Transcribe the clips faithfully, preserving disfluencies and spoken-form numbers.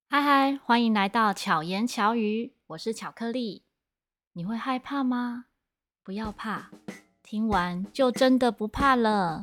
嗨嗨，欢迎来到巧言巧语，我是巧克力。你会害怕吗？不要怕，听完就真的不怕了。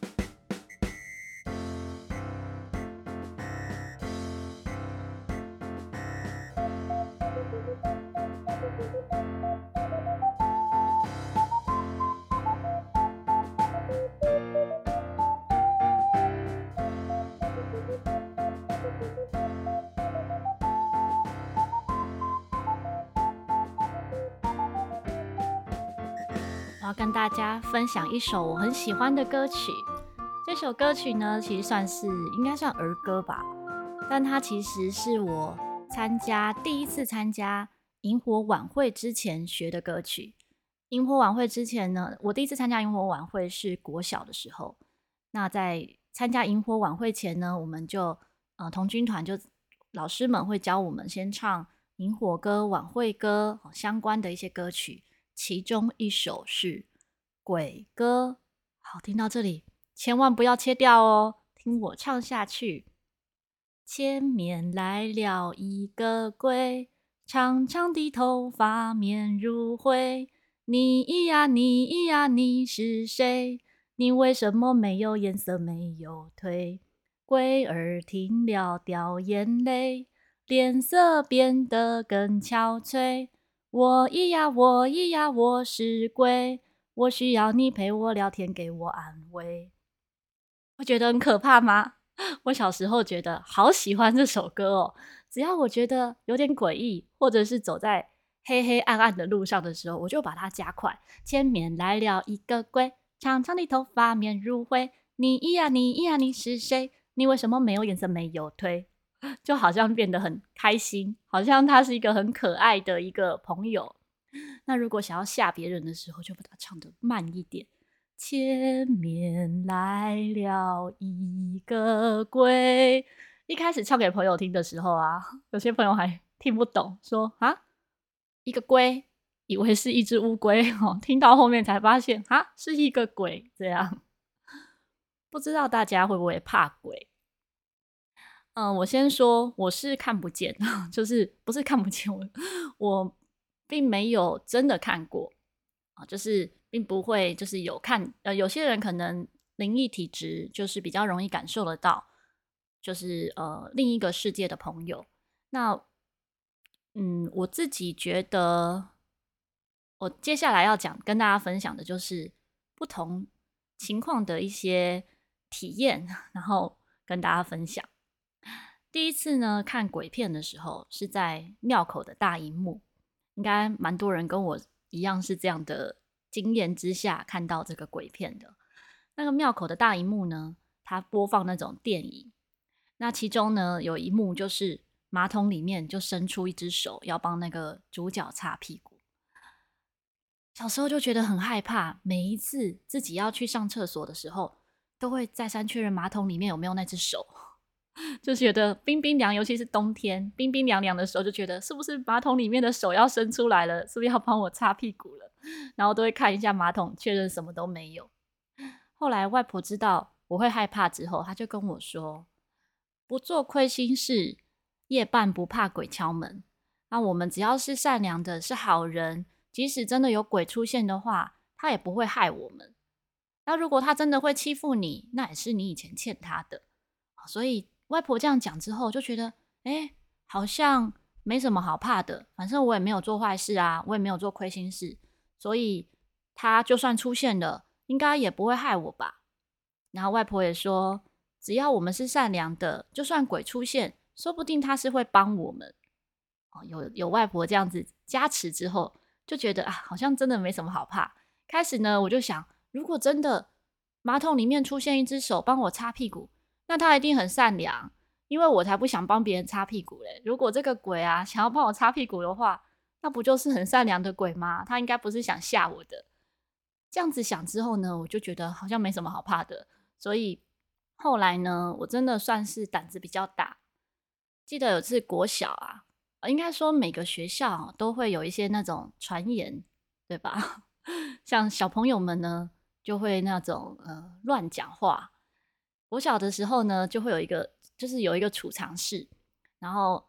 我要跟大家分享一首我很喜欢的歌曲。这首歌曲呢，其实算是应该算儿歌吧，但它其实是我参加第一次参加萤火晚会之前学的歌曲。萤火晚会之前呢，我第一次参加萤火晚会是国小的时候。那在参加萤火晚会前呢，我们就呃童军团就老师们会教我们先唱萤火歌、晚会歌相关的一些歌曲，其中一首是鬼歌。好，听到这里千万不要切掉哦，听我唱下去。前面来了一个鬼，长长的头发面如灰。你咿呀你咿呀你是谁？你为什么没有颜色没有腿？鬼儿听了掉眼泪，脸色变得更憔悴。我咿呀我咿呀我是鬼，我需要你陪我聊天，给我安慰。会觉得很可怕吗？我小时候觉得好喜欢这首歌哦，只要我觉得有点诡异，或者是走在黑黑暗暗的路上的时候，我就把它加快。前面来了一个鬼，长长的头发面如灰。你咿呀你咿呀你是谁？你为什么没有颜色没有腿？就好像变得很开心，好像他是一个很可爱的一个朋友。那如果想要吓别人的时候，就把它唱得慢一点。前面来了一个鬼。一开始唱给朋友听的时候啊，有些朋友还听不懂，说啊，一个龟，以为是一只乌龟哦，听到后面才发现啊，是一个鬼。这样，不知道大家会不会怕鬼？嗯，我先说，我是看不见，就是不是看不见，我我并没有真的看过啊，就是并不会，就是有看，呃，有些人可能灵异体质就是比较容易感受得到，就是呃另一个世界的朋友。那嗯，我自己觉得，我接下来要讲跟大家分享的就是不同情况的一些体验，然后跟大家分享。第一次呢，看鬼片的时候是在庙口的大荧幕，应该蛮多人跟我一样是这样的经验之下看到这个鬼片的。那个庙口的大荧幕呢，它播放那种电影，那其中呢有一幕就是马桶里面就伸出一只手要帮那个主角擦屁股。小时候就觉得很害怕，每一次自己要去上厕所的时候，都会再三确认马桶里面有没有那只手。就觉得冰冰凉，尤其是冬天冰冰凉凉的时候，就觉得是不是马桶里面的手要伸出来了，是不是要帮我擦屁股了？然后都会看一下马桶，确认什么都没有。后来外婆知道我会害怕之后，她就跟我说：“不做亏心事，夜半不怕鬼敲门。那我们只要是善良的，是好人，即使真的有鬼出现的话，他也不会害我们。那如果他真的会欺负你，那也是你以前欠他的。”所以外婆这样讲之后，就觉得，哎，好像没什么好怕的。反正我也没有做坏事啊，我也没有做亏心事，所以他就算出现了，应该也不会害我吧。然后外婆也说，只要我们是善良的，就算鬼出现，说不定他是会帮我们。哦，有有外婆这样子加持之后，就觉得啊，好像真的没什么好怕。开始呢，我就想，如果真的马桶里面出现一只手帮我擦屁股，那他一定很善良，因为我才不想帮别人擦屁股嘞。如果这个鬼啊想要帮我擦屁股的话，那不就是很善良的鬼吗？他应该不是想吓我的。这样子想之后呢，我就觉得好像没什么好怕的。所以后来呢，我真的算是胆子比较大。记得有次国小啊，呃应该说每个学校都会有一些那种传言，对吧？像小朋友们呢，就会那种呃乱讲话。我小的时候呢，就会有一个，就是有一个储藏室，然后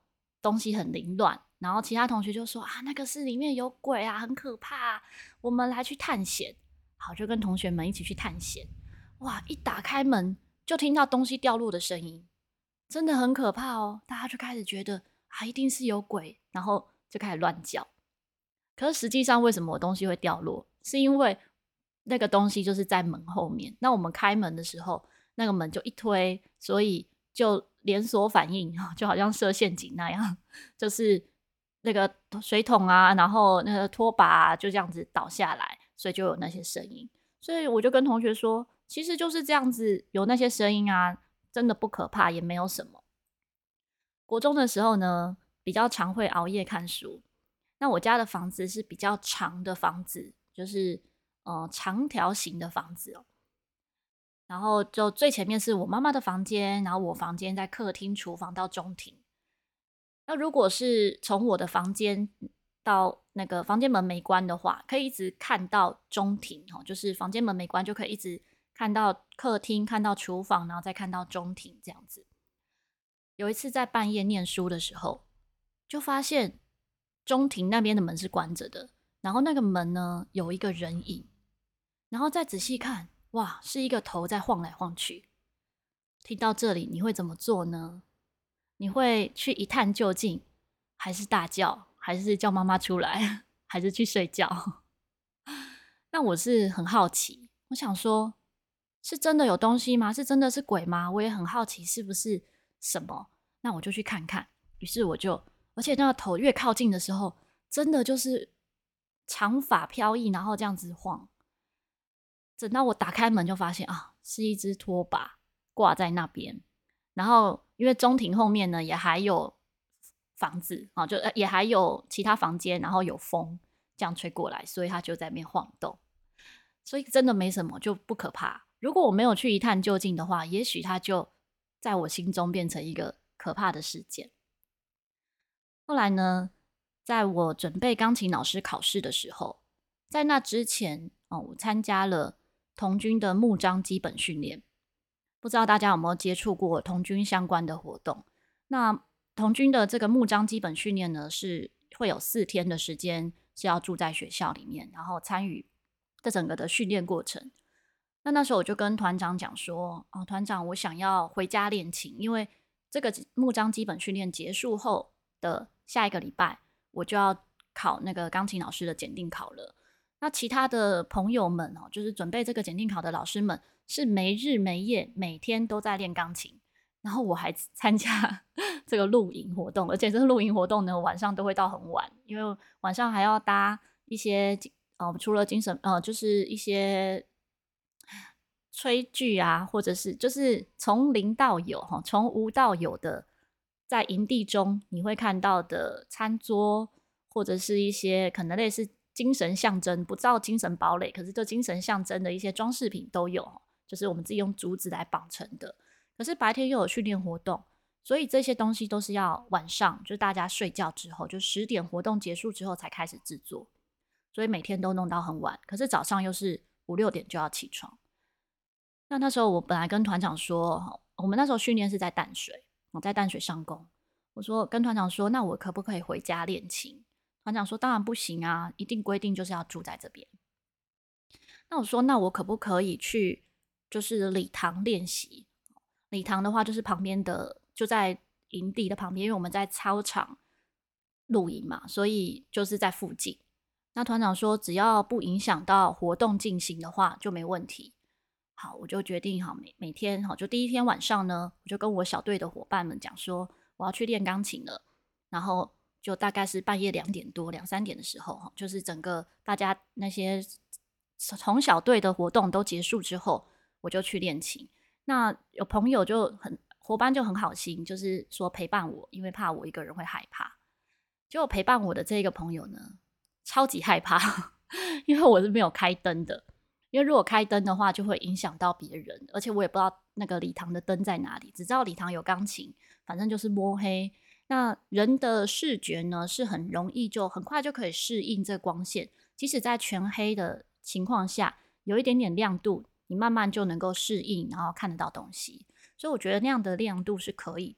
东西很凌乱，然后其他同学就说啊，那个是里面有鬼啊，很可怕啊，我们来去探险。好，就跟同学们一起去探险。哇，一打开门就听到东西掉落的声音，真的很可怕哦。大家就开始觉得啊，一定是有鬼，然后就开始乱叫。可是实际上，为什么我东西会掉落？是因为那个东西就是在门后面。那我们开门的时候，那个门就一推，所以就连锁反应，就好像设陷阱那样，就是那个水桶啊，然后那个拖把啊，就这样子倒下来，所以就有那些声音。所以我就跟同学说，其实就是这样子，有那些声音啊，真的不可怕，也没有什么。国中的时候呢，比较常会熬夜看书。那我家的房子是比较长的房子，就是呃长条形的房子哦。然后就最前面是我妈妈的房间，然后我房间在客厅、厨房到中庭。那如果是从我的房间到那个房间门没关的话，可以一直看到中庭哦，就是房间门没关就可以一直看到客厅、看到厨房，然后再看到中庭这样子。有一次在半夜念书的时候，就发现中庭那边的门是关着的，然后那个门呢有一个人影，然后再仔细看，哇，是一个头在晃来晃去。听到这里，你会怎么做呢？你会去一探究竟，还是大叫，还是叫妈妈出来，还是去睡觉？那我是很好奇，我想说，是真的有东西吗？是真的是鬼吗？我也很好奇是不是什么，那我就去看看。于是我就，而且那个头越靠近的时候，真的就是长发飘逸，然后这样子晃。等到我打开门，就发现啊，是一只拖把挂在那边。然后因为中庭后面呢，也还有房子啊，就也还有其他房间，然后有风这样吹过来，所以它就在那边晃动。所以真的没什么，就不可怕。如果我没有去一探究竟的话，也许它就在我心中变成一个可怕的事件。后来呢，在我准备钢琴老师考试的时候，在那之前哦，我参加了童军的幕章基本训练。不知道大家有没有接触过童军相关的活动？那童军的这个幕章基本训练呢，是会有四天的时间是要住在学校里面，然后参与这整个的训练过程。那那时候我就跟团长讲说：“哦，团长，我想要回家练琴，因为这个幕章基本训练结束后的下一个礼拜，我就要考那个钢琴老师的检定考了。那其他的朋友们哦，就是准备这个检定考的老师们，是没日没夜，每天都在练钢琴。然后我还参加这个露营活动，而且这个露营活动呢，晚上都会到很晚，因为晚上还要搭一些呃，除了精神呃，就是一些炊具啊，或者是就是从零到有哈，从无到有的，在营地中你会看到的餐桌，或者是一些可能类似精神象征，不造精神堡垒，可是这精神象征的一些装饰品都有，就是我们自己用竹子来绑成的。可是白天又有训练活动，所以这些东西都是要晚上，就大家睡觉之后，就十点活动结束之后才开始制作，所以每天都弄到很晚。可是早上又是五六点就要起床。那那时候我本来跟团长说，我们那时候训练是在淡水，我在淡水上工。我说跟团长说，那我可不可以回家练琴？团长说当然不行啊，一定规定就是要住在这边。那我说那我可不可以去就是礼堂练习？礼堂的话就是旁边的，就在营地的旁边，因为我们在操场露营嘛，所以就是在附近。那团长说只要不影响到活动进行的话就没问题。好，我就决定好每每天好，就第一天晚上呢，我就跟我小队的伙伴们讲说，我要去练钢琴了。然后就大概是半夜两点多、两三点的时候，就是整个大家那些从小队的活动都结束之后，我就去练琴。那有朋友就很伙伴就很好心，就是说陪伴我，因为怕我一个人会害怕。结果陪伴我的这个朋友呢，超级害怕，因为我是没有开灯的。因为如果开灯的话，就会影响到别人，而且我也不知道那个礼堂的灯在哪里，只知道礼堂有钢琴，反正就是摸黑。那人的视觉呢，是很容易就很快就可以适应这光线，即使在全黑的情况下，有一点点亮度，你慢慢就能够适应，然后看得到东西。所以我觉得那样的亮度是可以的。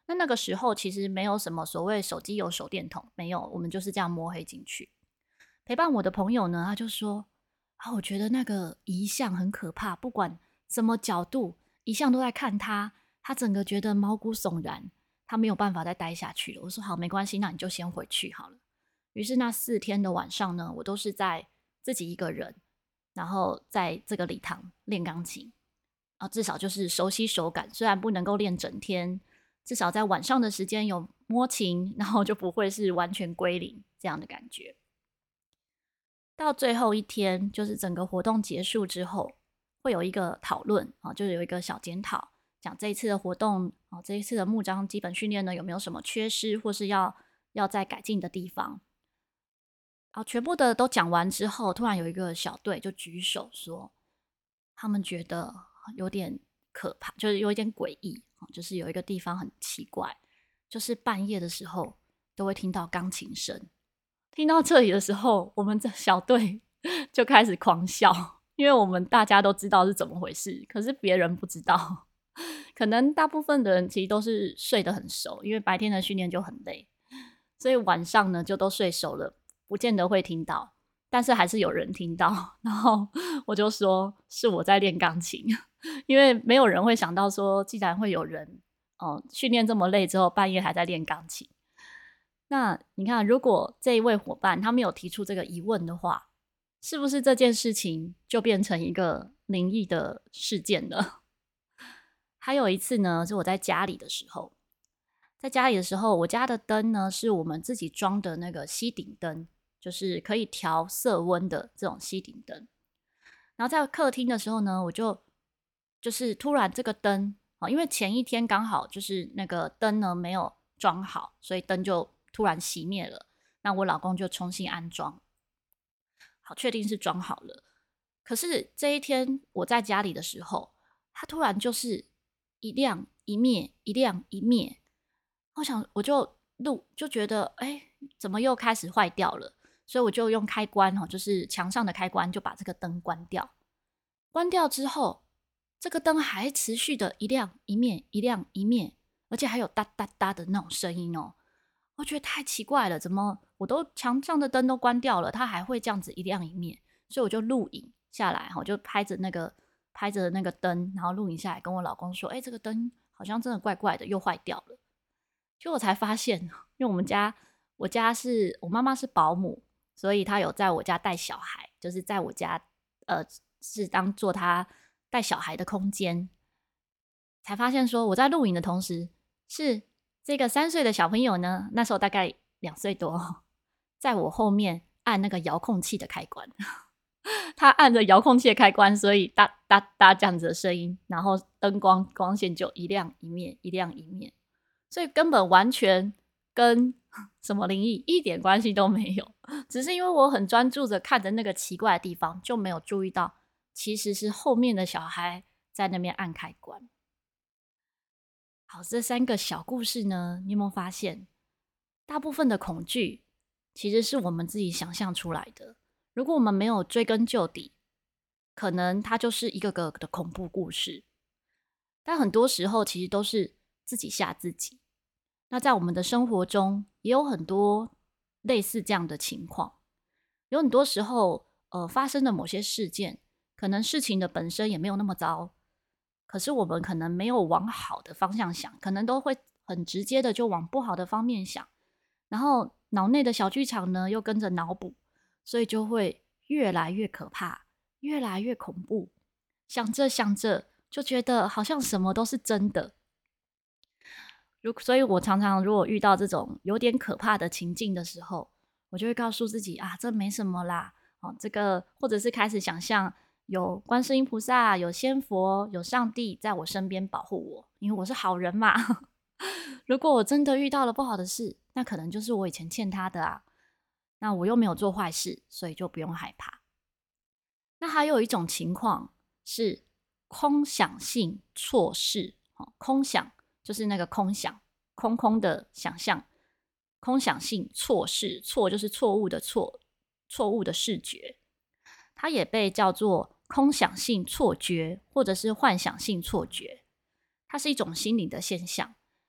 那那个时候其实没有什么所谓手机有手电筒，没有，我们就是这样摸黑进去。陪伴我的朋友呢，他就说啊，我觉得那个遗像很可怕，不管什么角度，遗像都在看他，他整个觉得毛骨悚然，他没有办法再待下去了。我说好，没关系，那你就先回去好了。于是那四天的晚上呢，我都是在自己一个人，然后在这个礼堂练钢琴啊，至少就是熟悉手感，虽然不能够练整天，至少在晚上的时间有摸琴，然后就不会是完全归零这样的感觉。到最后一天，就是整个活动结束之后，会有一个讨论啊，就是有一个小检讨，讲这一次的活动啊，这一次的木章基本训练呢有没有什么缺失，或是要要再改进的地方。啊，全部的都讲完之后，突然有一个小队就举手说，他们觉得有点可怕，就是有一点诡异，就是有一个地方很奇怪，就是半夜的时候都会听到钢琴声。听到这里的时候，我们这小队就开始狂笑，因为我们大家都知道是怎么回事，可是别人不知道。可能大部分的人其实都是睡得很熟，因为白天的训练就很累，所以晚上呢就都睡熟了，不见得会听到，但是还是有人听到。然后我就说是我在练钢琴，因为没有人会想到说，既然会有人哦训练这么累之后，半夜还在练钢琴。那你看，如果这一位伙伴他没有提出这个疑问的话，是不是这件事情就变成一个灵异的事件了？还有一次呢，是我在家里的时候，在家里的时候，我家的灯呢是我们自己装的那个吸顶灯，就是可以调色温的这种吸顶灯。然后在客厅的时候呢，我就就是突然这个灯啊，因为前一天刚好就是那个灯呢没有装好，所以灯就突然熄灭了。那我老公就重新安装，好，确定是装好了。可是这一天我在家里的时候，它突然就是一亮一灭，一亮一灭。我想我就录就觉得，哎，怎么又开始坏掉了？所以我就用开关哈，就是墙上的开关，就把这个灯关掉。关掉之后，这个灯还持续的一亮一灭，一亮一灭，而且还有哒哒哒的那种声音哦。我觉得太奇怪了，怎么我都墙上的灯都关掉了，它还会这样子一亮一灭？所以我就录影下来，我就拍着那个拍着那个灯，然后录影下来，跟我老公说：“哎、欸，这个灯好像真的怪怪的，又坏掉了。”就我才发现，因为我们家我家是我妈妈是保姆，所以她有在我家带小孩，就是在我家呃是当做她带小孩的空间。才发现说我在录影的同时，是这个三岁的小朋友呢，那时候大概两岁多，在我后面按那个遥控器的开关。他按着遥控器的开关，所以哒哒哒这样子的声音，然后灯光光线就一亮一灭，一亮一灭。所以根本完全跟什么灵异一点关系都没有，只是因为我很专注着看着那个奇怪的地方，就没有注意到其实是后面的小孩在那边按开关。好，这三个小故事呢，你有没有发现，大部分的恐惧其实是我们自己想象出来的。如果我们没有追根究底，可能它就是一个个的恐怖故事。但很多时候其实都是自己吓自己。那在我们的生活中也有很多类似这样的情况，有很多时候呃发生的某些事件，可能事情的本身也没有那么糟，可是我们可能没有往好的方向想，可能都会很直接的就往不好的方面想，然后脑内的小剧场呢又跟着脑补，所以就会越来越可怕，越来越恐怖，想着想着就觉得好像什么都是真的。如所以我常常如果遇到这种有点可怕的情境的时候，我就会告诉自己啊，这没什么啦，哦，这个或者是开始想象有观世音菩萨、有仙佛、有上帝在我身边保护我，因为我是好人嘛。如果我真的遇到了不好的事，那可能就是我以前欠他的啊。那我又没有做坏事，所以就不用害怕。那还有一种情况是空想性错视，哦，空想就是那个空想，空空的想象，空想性错视，错就是错误的错，错误的视觉，它也被叫做空想性错觉，或者是幻想性错觉。它是一种心理的现象。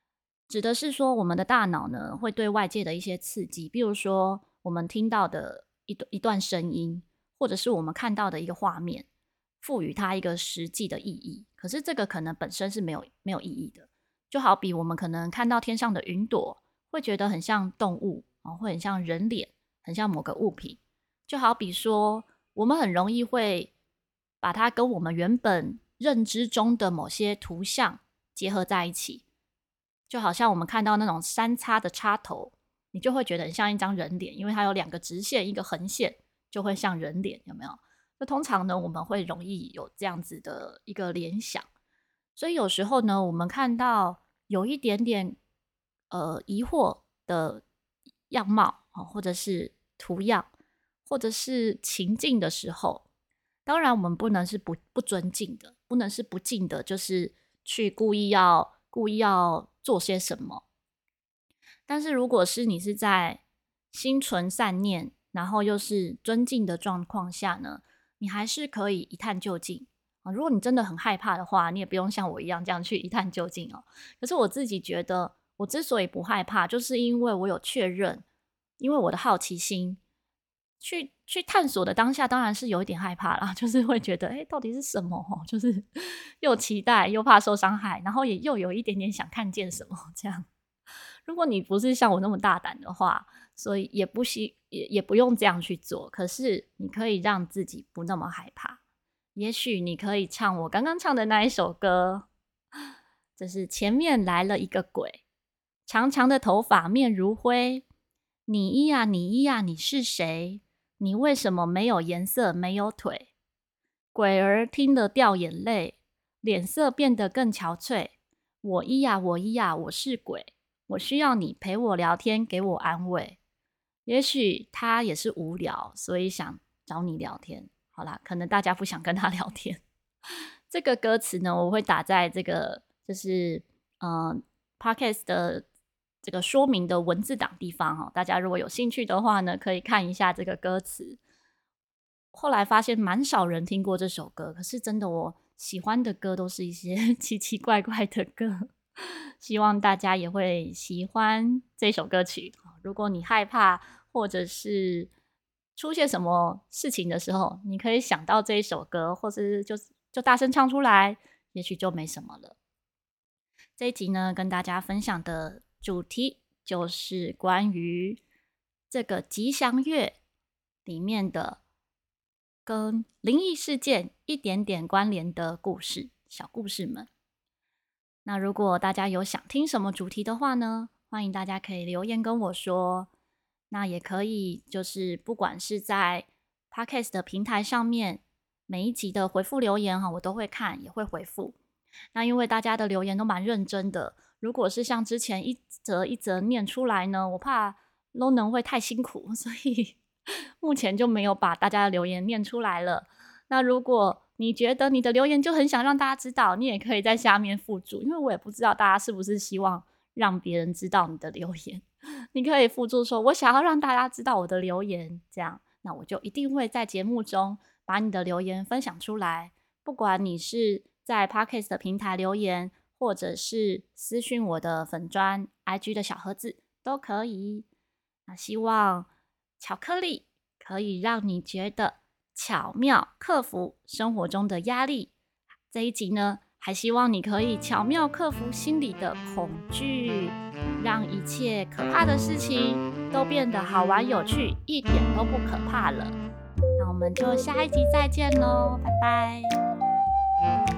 指的是说我们的大脑呢会对外界的一些刺激，比如说我们听到的一段一段声音，或者是我们看到的一个画面，赋予它一个实际的意义。可是这个可能本身是没有没有意义的，就好比我们可能看到天上的云朵，会觉得很像动物，会很像人脸，很像某个物品。就好比说我们很容易会把它跟我们原本认知中的某些图像结合在一起，就好像我们看到那种三叉的插头，你就会觉得很像一张人脸，因为它有两个直线一个横线，就会像人脸，有没有？那通常呢我们会容易有这样子的一个联想，所以有时候呢我们看到有一点点呃疑惑的样貌，或者是图样，或者是情境的时候，当然我们不能是不不尊敬的，不能是不敬的，就是去故意要故意要做些什么。但是如果是你是在心存善念，然后又是尊敬的状况下呢，你还是可以一探究竟。如果你真的很害怕的话，你也不用像我一样这样去一探究竟哦。可是我自己觉得，我之所以不害怕，就是因为我有确认，因为我的好奇心去去探索的当下，当然是有一点害怕啦，就是会觉得，哎，到底是什么？就是又期待又怕受伤害，然后也又有一点点想看见什么这样。如果你不是像我那么大胆的话，所以也不需也也不用这样去做。可是你可以让自己不那么害怕。也许你可以唱我刚刚唱的那一首歌，就是前面来了一个鬼，长长的头发面如灰，你咿呀你咿呀你是谁？你为什么没有颜色没有腿？鬼儿听得掉眼泪，脸色变得更憔悴。我咿呀我咿呀我是鬼，我需要你陪我聊天，给我安慰。也许他也是无聊，所以想找你聊天。好啦，可能大家不想跟他聊天。这个歌词呢，我会打在这个就是呃 Podcast 的这个说明的文字档地方哦。大家如果有兴趣的话呢，可以看一下这个歌词。后来发现蛮少人听过这首歌，可是真的我喜欢的歌都是一些奇奇怪怪的歌。希望大家也会喜欢这首歌曲。如果你害怕或者是出现什么事情的时候，你可以想到这一首歌，或是 就, 就大声唱出来，也许就没什么了。这一集呢，跟大家分享的主题就是关于这个吉祥月里面的跟灵异事件一点点关联的故事，小故事们。那如果大家有想听什么主题的话呢，欢迎大家可以留言跟我说。那也可以就是不管是在 Podcast 的平台上面，每一集的回复留言我都会看，也会回复。那因为大家的留言都蛮认真的，如果是像之前一则一则念出来呢，我怕 Lonan 会太辛苦，所以目前就没有把大家的留言念出来了。那如果你觉得你的留言就很想让大家知道，你也可以在下面附注，因为我也不知道大家是不是希望让别人知道你的留言。你可以附注说我想要让大家知道我的留言，这样那我就一定会在节目中把你的留言分享出来。不管你是在 Podcast 的平台留言，或者是私讯我的粉专 I G 的小盒子都可以。那希望巧克力可以让你觉得巧妙克服生活中的压力。这一集呢，还希望你可以巧妙克服心里的恐惧，让一切可怕的事情都变得好玩有趣，一点都不可怕了。那我们就下一集再见咯，拜拜。